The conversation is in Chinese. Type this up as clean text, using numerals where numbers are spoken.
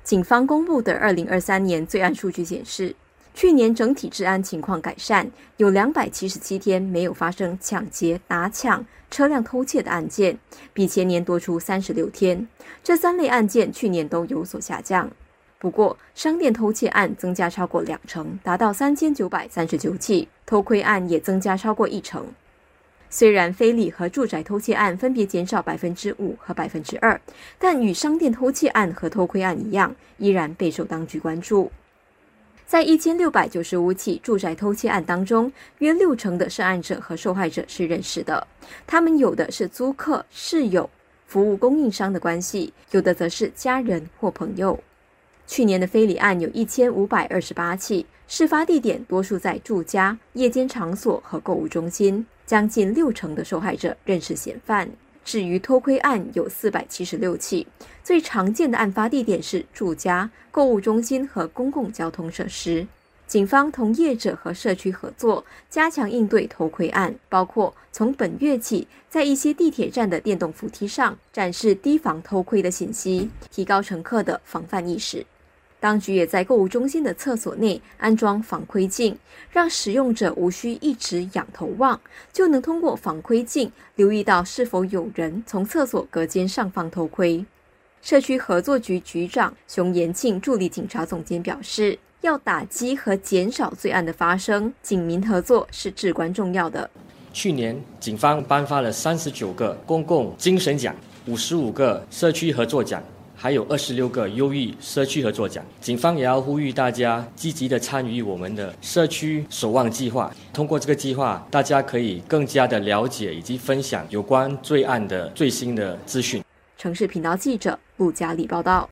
警方公布的2023年罪案数据显示，去年整体治安情况改善，有277天没有发生抢劫、打抢、车辆偷窃的案件，比前年多出36天。这3类案件去年都有所下降。不过，商店偷窃案增加超过2成，达到3939起，偷窥案也增加超过1成。虽然非礼和住宅偷窃案分别减少5%和2%，但与商店偷窃案和偷窥案一样，依然备受当局关注。在1695起住宅偷窃案当中，约6成的涉案者和受害者是认识的，他们有的是租客、室友、服务供应商的关系，有的则是家人或朋友。去年的非礼案有1528起，事发地点多数在住家、夜间场所和购物中心，将近6成的受害者认识嫌犯。至于偷窥案有476起，最常见的案发地点是住家、购物中心和公共交通设施。警方同业者和社区合作，加强应对偷窥案，包括从本月起，在一些地铁站的电动扶梯上展示提防偷窥的信息，提高乘客的防范意识。当局也在购物中心的厕所内安装防窥镜，让使用者无需一直仰头望，就能通过防窥镜留意到是否有人从厕所隔间上方偷窥。社区合作局局长熊延庆助理警察总监表示，要打击和减少罪案的发生，警民合作是至关重要的。 去年，警方颁发了39个公共精神奖、55个社区合作奖，还有26个优异社区合作奖。警方也要呼吁大家积极的参与我们的社区守望计划。通过这个计划，大家可以更加的了解以及分享有关罪案的最新的资讯。 城市频道记者陆佳丽报道。